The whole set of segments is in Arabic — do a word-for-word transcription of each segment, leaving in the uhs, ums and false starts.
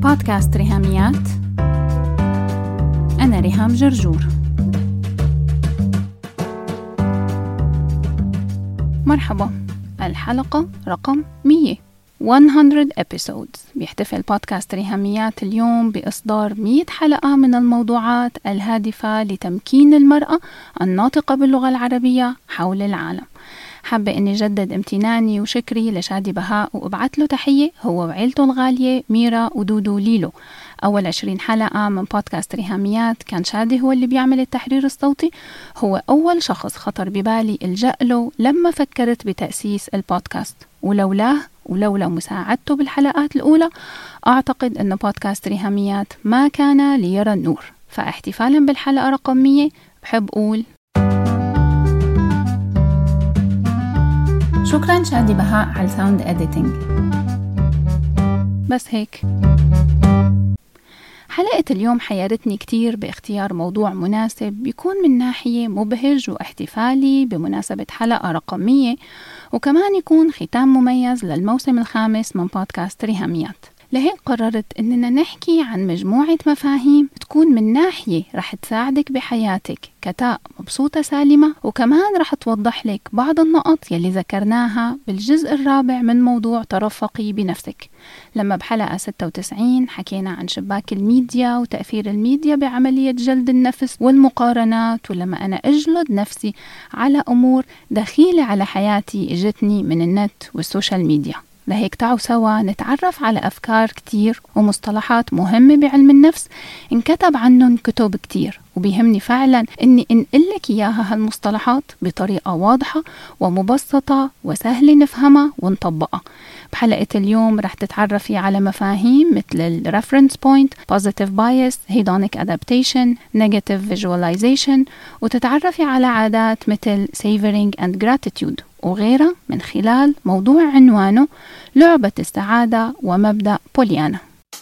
بودكاست ريهاميات. أنا ريهام جرجور. مرحبا، الحلقة رقم مية مية episodes. بيحتفل بودكاست ريهاميات اليوم بإصدار مية حلقة من الموضوعات الهادفة لتمكين المرأة الناطقة باللغة العربية حول العالم. حابة أني جدد امتناني وشكري لشادي بهاء وأبعت له تحية هو وعيلته الغالية ميرا ودودو ليلو. أول عشرين حلقة من بودكاست ريهاميات كان شادي هو اللي بيعمل التحرير الصوتي. هو أول شخص خطر ببالي الجأ له لما فكرت بتأسيس البودكاست، ولولاه ولولا مساعدته بالحلقات الأولى أعتقد أن بودكاست ريهاميات ما كان ليرى النور. فاحتفالا بالحلقة رقم مية بحب أقول شكراً شادي بهاء على الساوند إديتينج. بس هيك. حلقة اليوم حيرتني كتير باختيار موضوع مناسب بيكون من ناحية مبهج واحتفالي بمناسبة حلقة رقم مية، وكمان يكون ختام مميز للموسم الخامس من بودكاست ريهاميات. لهيك قررت إننا نحكي عن مجموعة مفاهيم تكون من ناحية رح تساعدك بحياتك كتاء مبسوطة سالمة، وكمان رح توضح لك بعض النقط يلي ذكرناها بالجزء الرابع من موضوع ترفقي بنفسك، لما بحلقة ستة وتسعين حكينا عن شباك الميديا وتأثير الميديا بعملية جلد النفس والمقارنات، ولما أنا أجلد نفسي على أمور دخيلة على حياتي اجتني من النت والسوشيال ميديا. لهيك تعالوا سوا نتعرف على أفكار كتير ومصطلحات مهمة بعلم النفس انكتب عنهم كتب كتير، وبيهمني فعلا اني انقلك اياها هالمصطلحات بطريقة واضحة ومبسطة وسهل نفهمها ونطبقها. بحلقة اليوم رح تتعرفي على مفاهيم مثل ال reference point, positive bias, hedonic adaptation, negative visualization، وتتعرفي على عادات مثل savoring and gratitude وغيرها من خلال موضوع عنوانه لعبة السعادة ومبدأ بوليانا.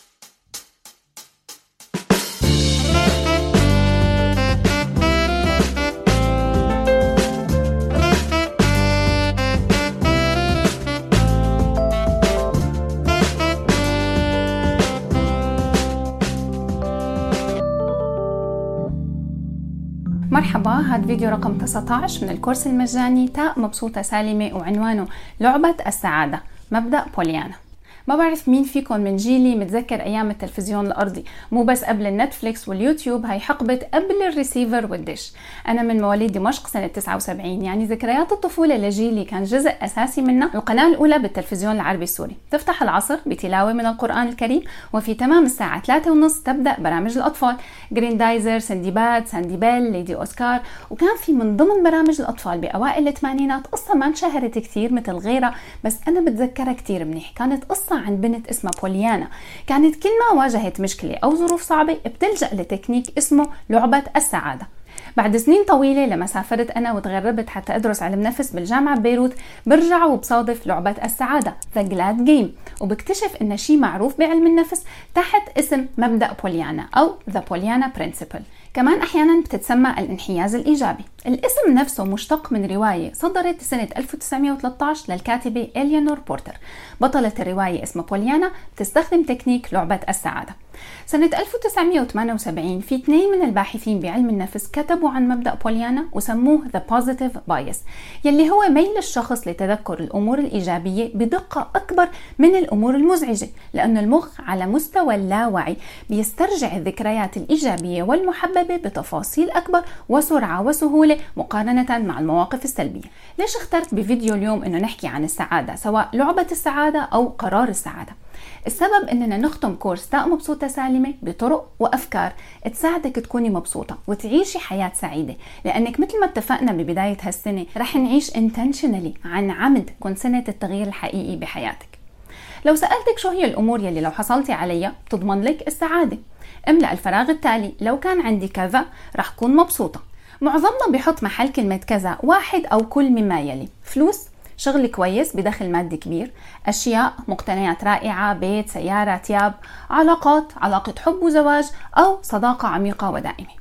مرحبا، هذا فيديو رقم تسعة عشر من الكورس المجاني تاء مبسوطة سالمة، وعنوانه لعبة السعادة مبدأ بوليانا. ما بعرف مين فيكم من جيلي متذكر أيام التلفزيون الأرضي، مو بس قبل النتفليكس واليوتيوب، هاي حقبة قبل الريسيفر والدش. أنا من مواليد دمشق سنة تسعة وسبعين، يعني ذكريات الطفولة لجيلي كان جزء أساسي منها القناة الأولى بالتلفزيون العربي السوري. تفتح العصر بتلاوة من القرآن الكريم، وفي تمام الساعة ثلاثة ونص تبدأ برامج الأطفال، جريندايزر، سندباد، سانديبيل، ليدي أوسكار. وكان في من ضمن برامج الأطفال بأوائل الثمانينات قصة ما انشهرت كتير مثل غيرها، بس أنا بتذكرها كتير منيح. كانت قصة عن بنت اسمها بوليانا، كانت كل ما واجهت مشكلة أو ظروف صعبة بتلجأ لتكنيك اسمه لعبة السعادة. بعد سنين طويلة لما سافرت أنا وتغربت حتى أدرس علم نفس بالجامعة ببيروت، برجع وبصادف لعبة السعادة The Glad Game، وبكتشف إن شيء معروف بعلم النفس تحت اسم مبدأ بوليانا أو The Pollyanna Principle. كمان أحيانا بتتسمى الانحياز الإيجابي. الاسم نفسه مشتق من رواية صدرت سنة ألف وتسعمائة وثلاثة عشر للكاتبة إليانور بورتر. بطلة الرواية اسمها بوليانا، بتستخدم تكنيك لعبة السعادة. سنة ألف وتسعمائة وثمانية وسبعين في اثنين من الباحثين بعلم النفس كتبوا عن مبدأ بوليانا وسموه The Positive Bias، يلي هو ميل الشخص لتذكر الأمور الإيجابية بدقة أكبر من الأمور المزعجة، لأن المخ على مستوى اللاوعي بيسترجع الذكريات الإيجابية والمحببة بتفاصيل أكبر وسرعة وسهولة مقارنة مع المواقف السلبية. ليش اخترت بفيديو اليوم إنه نحكي عن السعادة، سواء لعبة السعادة أو قرار السعادة؟ السبب إننا نختم كورس تاء مبسوطة سالمة بطرق وأفكار تساعدك تكوني مبسوطة وتعيشي حياة سعيدة، لأنك مثل ما اتفقنا ببداية هالسنة رح نعيش intentionally عن عمد تكون سنة التغيير الحقيقي بحياتك. لو سألتك شو هي الأمور يلي لو حصلتي عليها بتضمن لك السعادة، املأ الفراغ التالي: لو كان عندي كذا رح كون مبسوطة. معظمنا بيحط محل كلمة كذا واحد أو كل مما يلي: فلوس، شغل كويس بدخل مادي كبير، أشياء، مقتنيات رائعة، بيت، سيارة، تياب، علاقات، علاقة حب وزواج، أو صداقة عميقة ودائمة.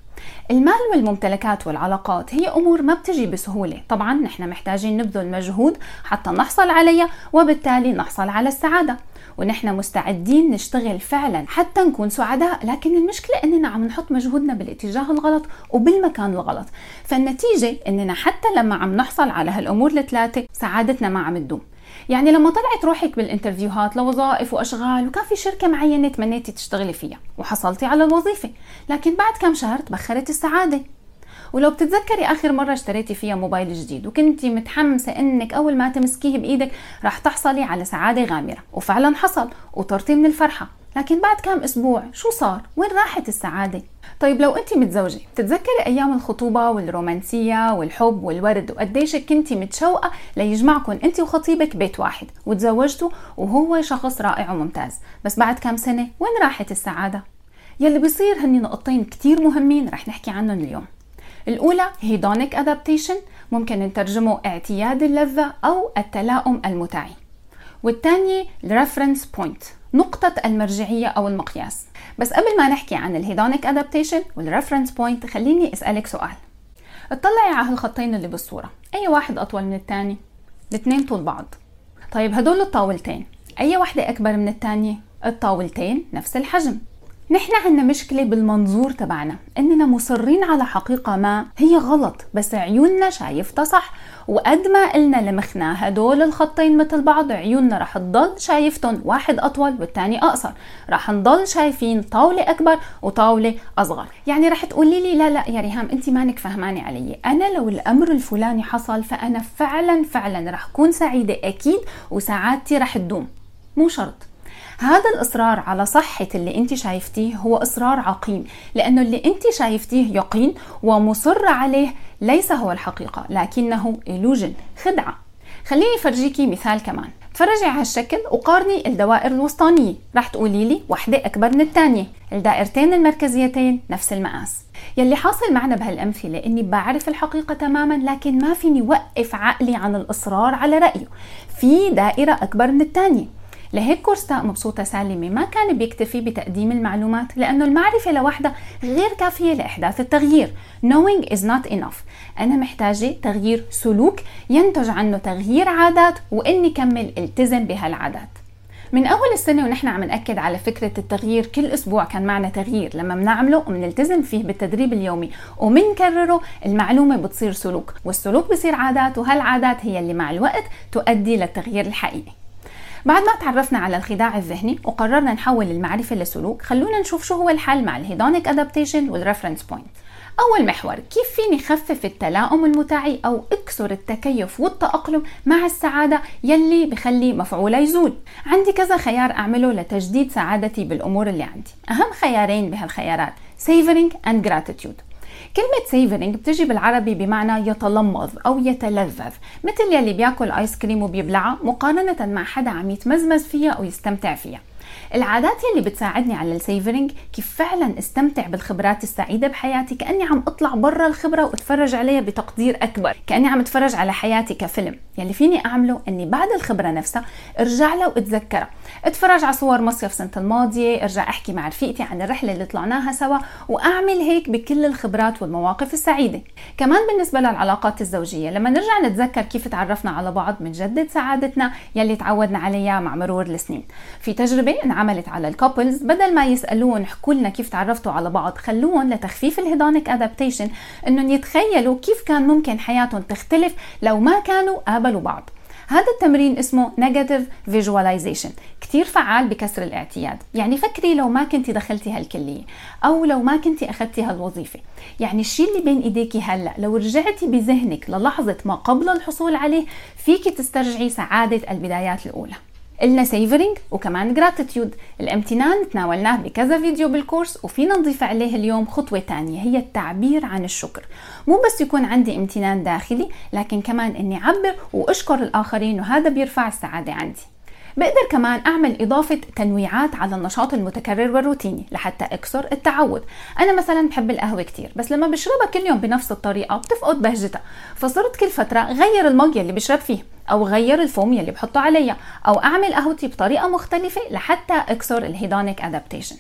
المال والممتلكات والعلاقات هي أمور ما بتجي بسهولة. طبعا نحن محتاجين نبذل مجهود حتى نحصل عليها، وبالتالي نحصل على السعادة، ونحن مستعدين نشتغل فعلا حتى نكون سعداء. لكن المشكلة اننا عم نحط مجهودنا بالاتجاه الغلط وبالمكان الغلط، فالنتيجة اننا حتى لما عم نحصل على هالامور الثلاثة سعادتنا ما عم تدوم. يعني لما طلعت روحك بالانترفيوهات لوظائف واشغال، وكان في شركة معينة تمنيتي تشتغلي فيها وحصلتي على الوظيفة، لكن بعد كم شهر تبخرت السعادة. ولو بتتذكري آخر مرة اشتريتي فيها موبايل جديد وكنتي متحمسة انك اول ما تمسكيه بايدك راح تحصلي على سعادة غامرة، وفعلا حصل وطرتي من الفرحة، لكن بعد كام اسبوع شو صار؟ وين راحت السعادة؟ طيب لو انتي متزوجة، بتتذكري ايام الخطوبة والرومانسية والحب والورد وقديش كنتي متشوقة ليجمعكم انتي وخطيبك بيت واحد، وتزوجتوا وهو شخص رائع وممتاز، بس بعد كام سنة وين راحت السعادة؟ يلي بيصير هني نقطتين كتير مهمين رح نحكي عنهم اليوم. الأولى hedonic adaptation، ممكن نترجمه اعتياد اللذة أو التلاؤم المتعي، والثانية reference point، نقطة المرجعية أو المقياس. بس قبل ما نحكي عن الهيدونيك adaptation والreference point خليني أسألك سؤال. اطلعي على هالخطين اللي بالصورة، أي واحد أطول من الثاني؟ الاثنين طول بعض. طيب هدول الطاولتين أي واحدة أكبر من الثانية؟ الطاولتين نفس الحجم. نحن عنا مشكلة بالمنظور تبعنا، اننا مصرين على حقيقة ما هي غلط، بس عيوننا شايفتها صح. وقد ما قلنا لمخنا هدول الخطين مثل بعض، عيوننا رح تضل شايفتهم واحد اطول والتاني اقصر، رح نضل شايفين طاولة اكبر وطاولة اصغر. يعني رح تقولي لي لا لا يا ريهام انت مانك فهماني علي، انا لو الامر الفلاني حصل فانا فعلا فعلا رح كون سعيدة اكيد وسعادتي رح تدوم. مو شرط. هذا الإصرار على صحة اللي انت شايفتيه هو إصرار عقيم، لأنه اللي انت شايفتيه يقين ومصر عليه ليس هو الحقيقة، لكنه illusion، خدعة. خليني فرجيكي مثال كمان. تفرجي على الشكل وقارني الدوائر الوسطانية، رح تقولي لي واحدة أكبر من الثانية، الدائرتين المركزيتين نفس المقاس. يلي حاصل معنا بهالأمثلة إني بعرف الحقيقة تماما، لكن ما فيني وقف عقلي عن الإصرار على رأيه، في دائرة أكبر من الثانية. لهيك كورستاء مبسوطة سالمة ما كان بيكتفي بتقديم المعلومات، لأنه المعرفة لوحدها غير كافية لإحداث التغيير. knowing is not enough. أنا محتاجة تغيير سلوك ينتج عنه تغيير عادات، وإني كمل التزم بهالعادات. من أول السنة ونحن عم نأكد على فكرة التغيير، كل أسبوع كان معنا تغيير لما بنعمله ومنلتزم فيه بالتدريب اليومي ومنكرره، المعلومة بتصير سلوك، والسلوك بصير عادات، وهالعادات هي اللي مع الوقت تؤدي للتغيير الحقيقي. بعد ما تعرفنا على الخداع الذهني وقررنا نحول المعرفة لسلوك، خلونا نشوف شو هو الحل مع الهيدونيك ادابتيشن والريفرنس بوينت. أول محور، كيف فيني خفف التلاؤم المتعي أو اكسر التكيف والتأقلم مع السعادة يلي بخلي مفعولها يزول. عندي كذا خيار أعمله لتجديد سعادتي بالأمور اللي عندي. أهم خيارين بهالخيارات savoring and gratitude. كلمة سيفرينج بتجي بالعربي بمعنى يتلمظ أو يتلذذ، مثل يلي بياكل آيس كريم وبيبلعها مقارنة مع حدا عم يتمزمز فيها أو يستمتع فيها. العادات يلي بتساعدني على السيفرينج كيف فعلا استمتع بالخبرات السعيدة بحياتي، كأني عم اطلع برا الخبرة واتفرج عليها بتقدير أكبر، كأني عم اتفرج على حياتي كفيلم. يلي فيني أعمله أني بعد الخبرة نفسها ارجع لها واتذكرها، اتفرج على صور مصيف سنة الماضية، ارجع احكي مع رفيقتي عن الرحلة اللي طلعناها سوا، واعمل هيك بكل الخبرات والمواقف السعيدة. كمان بالنسبة للعلاقات الزوجية، لما نرجع نتذكر كيف تعرفنا على بعض بنجدد سعادتنا يلي تعودنا عليها مع مرور السنين. في تجربة انعملت على الكابلز، بدل ما يسألون احكوا لنا كيف تعرفتوا على بعض، خلوهم لتخفيف الهيدونيك ادابتيشن انهم يتخيلوا كيف كان ممكن حياتهم تختلف لو ما كانوا قابلوا بعض. هذا التمرين اسمه negative visualization، كتير فعال بكسر الاعتياد. يعني فكري لو ما كنتي دخلتي هالكلية، أو لو ما كنتي أخذتي هالوظيفة، يعني الشيء اللي بين إيديكي هلأ لو رجعتي بذهنك للحظة ما قبل الحصول عليه، فيكي تسترجعي سعادة البدايات الأولى. قلنا سيفرينج وكمان جراتيتيود. الامتنان تناولناه بكذا فيديو بالكورس، وفينا نضيف عليه اليوم خطوة تانية هي التعبير عن الشكر. مو بس يكون عندي امتنان داخلي، لكن كمان اني اعبر واشكر الاخرين، وهذا بيرفع السعادة عندي. بقدر كمان أعمل إضافة تنويعات على النشاط المتكرر والروتيني لحتى أكسر التعود. أنا مثلا بحب القهوة كتير، بس لما بشربها كل يوم بنفس الطريقة بتفقد بهجتها، فصرت كل فترة غير المج اللي بشرب فيه، أو غير الفوم يلي بحطه عليها، أو أعمل قهوتي بطريقة مختلفة لحتى أكسر الهيدونيك أدابتيشن.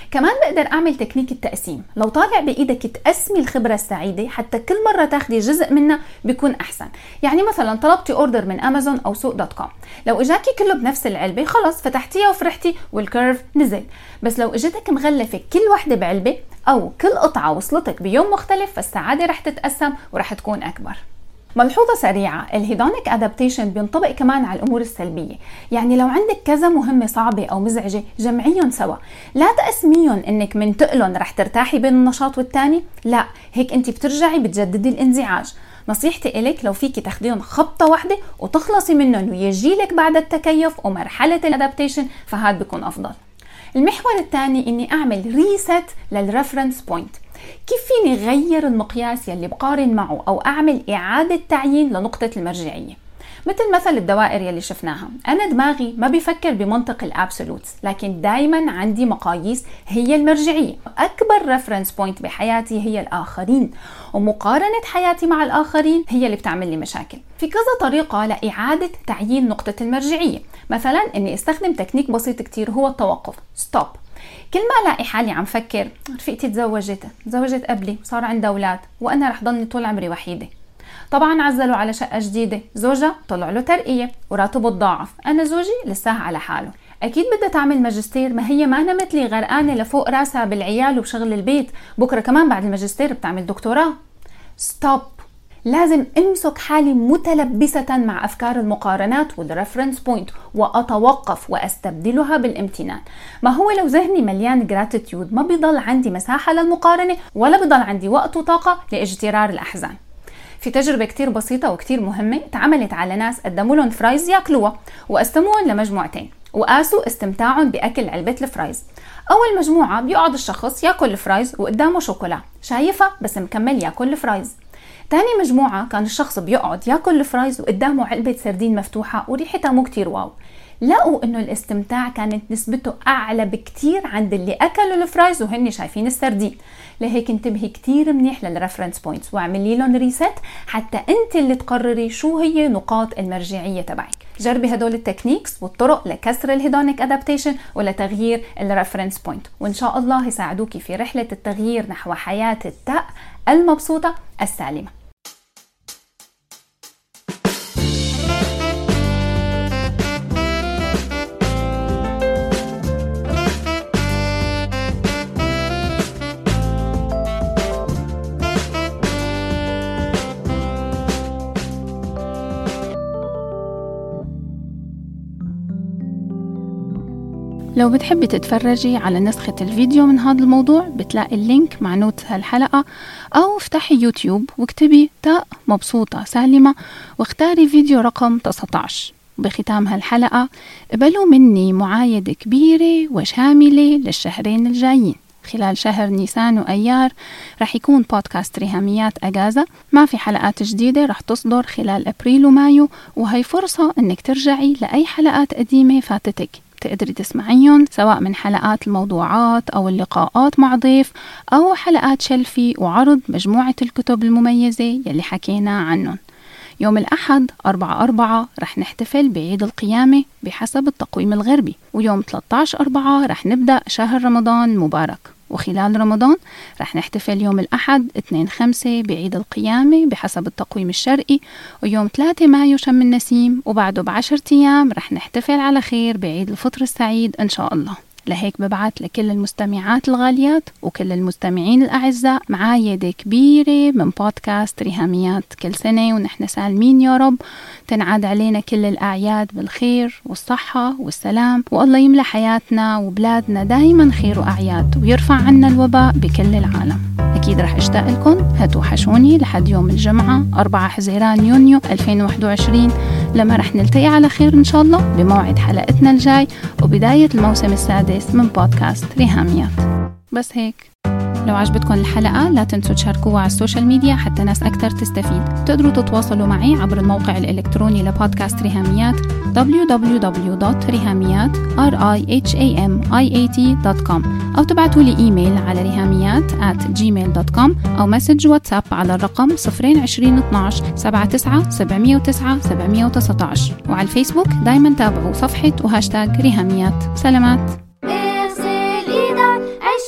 كمان بقدر أعمل تكنيك التقسيم. لو طالع بإيدك تقسمي الخبرة السعيدة حتى كل مرة تاخدي جزء منها بيكون أحسن. يعني مثلا طلبتي أوردر من أمازون أو سوق دوت كوم، لو إجاكي كله بنفس العلبة خلاص فتحتيها وفرحتي والكيرف نزل. بس لو إجتك مغلفة كل واحدة بعلبة أو كل قطعة وصلتك بيوم مختلف فالسعادة رح تتقسم ورح تكون أكبر. ملحوظة سريعة، الهيدونيك أدابتيشن بينطبق كمان على الأمور السلبية. يعني لو عندك كذا مهمة صعبة أو مزعجة جمعيهم سوا، لا تقسميهم إنك من تقلن رح ترتاحي بين النشاط والتاني، لا هيك أنت بترجعي بتجددي الانزعاج. نصيحتي إليك لو فيكي تاخديهم خبطة واحدة وتخلصي منهم ويجيلك بعد التكيف ومرحلة الأدابتيشن فهذا بيكون أفضل. المحور الثاني إني أعمل ريست للريفرنس بوينت. كيف فيني غير المقياس يلي بقارن معه أو أعمل إعادة تعيين لنقطة المرجعية؟ مثل مثل الدوائر يلي شفناها، أنا دماغي ما بيفكر بمنطق الأبسولوتس، لكن دايما عندي مقاييس هي المرجعية. أكبر ريفرنس بوينت بحياتي هي الآخرين، ومقارنة حياتي مع الآخرين هي اللي بتعمل لي مشاكل. في كذا طريقة لإعادة تعيين نقطة المرجعية. مثلا إني استخدم تكنيك بسيط كتير هو التوقف ستوب. كل ما الاقي حالي عم فكر رفيقتي تزوجت تزوجت قبلي وصار عندها اولاد وانا رح ضلني طول عمري وحيده، طبعا عزلوا على شقه جديده، زوجها طلع له ترقيه وراتبه تضاعف، انا زوجي لسه على حاله، اكيد بدها تعمل ماجستير، ما هي ما أنا مثلي غرقانه لفوق راسها بالعيال وبشغل البيت، بكره كمان بعد الماجستير بتعمل دكتوراه. ستوب. لازم امسك حالي متلبسة مع أفكار المقارنات والريفرنس بوينت وأتوقف وأستبدلها بالامتنان. ما هو لو ذهني مليان جراتيتيود ما بيضل عندي مساحة للمقارنة ولا بيضل عندي وقت وطاقة لاجترار الأحزان. في تجربة كتير بسيطة وكتير مهمة اتعملت على ناس قدموا لهم فرايز ياكلوها وقسموهم لمجموعتين وقاسوا استمتاعهم بأكل علبة الفرايز. أول مجموعة بيقعد الشخص ياكل الفرايز وقدامه شوكولا، شايفة بس مكمل ياكل الفرايز. تاني مجموعة كان الشخص بيقعد ياكل الفرايز وقدامه علبة سردين مفتوحة وريحتها مو كتير واو. لقوا انه الاستمتاع كانت نسبته اعلى بكتير عند اللي اكلوا الفرايز وهن شايفين السردين. لهيك انتبهي كتير منيح للريفرنس بوينتس واعملي لهم ريست حتى انت اللي تقرري شو هي نقاط المرجعية تبعك. جربي هدول التكنيكس والطرق لكسر الهيدونيك ادابتيشن ولتغيير الريفرنس بوينت، وان شاء الله يساعدوكي في رحلة التغيير نحو حياة التاء المبسوطة السالمة. لو بتحبي تتفرجي على نسخة الفيديو من هذا الموضوع بتلاقي اللينك مع نوت هالحلقة، أو افتحي يوتيوب واكتبي تاء مبسوطة سالمة واختاري فيديو رقم تسعة عشر. بختام هالحلقة قبلوا مني معايدة كبيرة وشاملة للشهرين الجايين. خلال شهر نيسان وأيار رح يكون بودكاست ريهاميات أجازة، ما في حلقات جديدة رح تصدر خلال أبريل ومايو، وهي فرصة أنك ترجعي لأي حلقات قديمة فاتتك تقدري تسمعيهم، سواء من حلقات الموضوعات أو اللقاءات مع ضيف أو حلقات شلفي وعرض مجموعة الكتب المميزة يلي حكينا عنهم. يوم الأحد أربعة أربعة رح نحتفل بعيد القيامة بحسب التقويم الغربي، ويوم ثلاثة عشر أربعة رح نبدأ شهر رمضان المبارك، وخلال رمضان رح نحتفل يوم الأحد اثنين خمسة بعيد القيامة بحسب التقويم الشرقي، ويوم ثلاثة مايو شم النسيم، وبعده بعشرة أيام رح نحتفل على خير بعيد الفطر السعيد إن شاء الله. لهيك ببعث لكل المستمعات الغاليات وكل المستمعين الأعزاء معايدة كبيرة من بودكاست ريهاميات كل سنة ونحن سالمين يا رب، تنعاد علينا كل الأعياد بالخير والصحة والسلام، والله يملى حياتنا وبلادنا دايما خير وأعياد ويرفع عنا الوباء بكل العالم. أكيد رح أشتاق لكم، هتوحشوني لحد يوم الجمعة أربعة حزيران يونيو ألفين وواحد وعشرين لما رح نلتقي على خير إن شاء الله بموعد حلقتنا الجاي وبداية الموسم السادس من بودكاست ريهاميات. بس هيك، لو عجبتكم الحلقة لا تنسوا تشاركوها على السوشيال ميديا حتى ناس أكتر تستفيد. تقدروا تتواصلوا معي عبر الموقع الإلكتروني لبودكاست ريهاميات دبليو دبليو دبليو دوت ريهاميات دوت كوم أو تبعتوا لي إيميل على ريهاميات آت جيميل دوت كوم أو مسج واتساب على الرقم صفر عشرين اثناش سبعة تسعة سبعمية وتسعة سبعمية وتسعة عشر، وعلى الفيسبوك دايما تابعوا صفحة وهاشتاج ريهاميات. سلامات.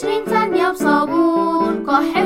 الطابور، كح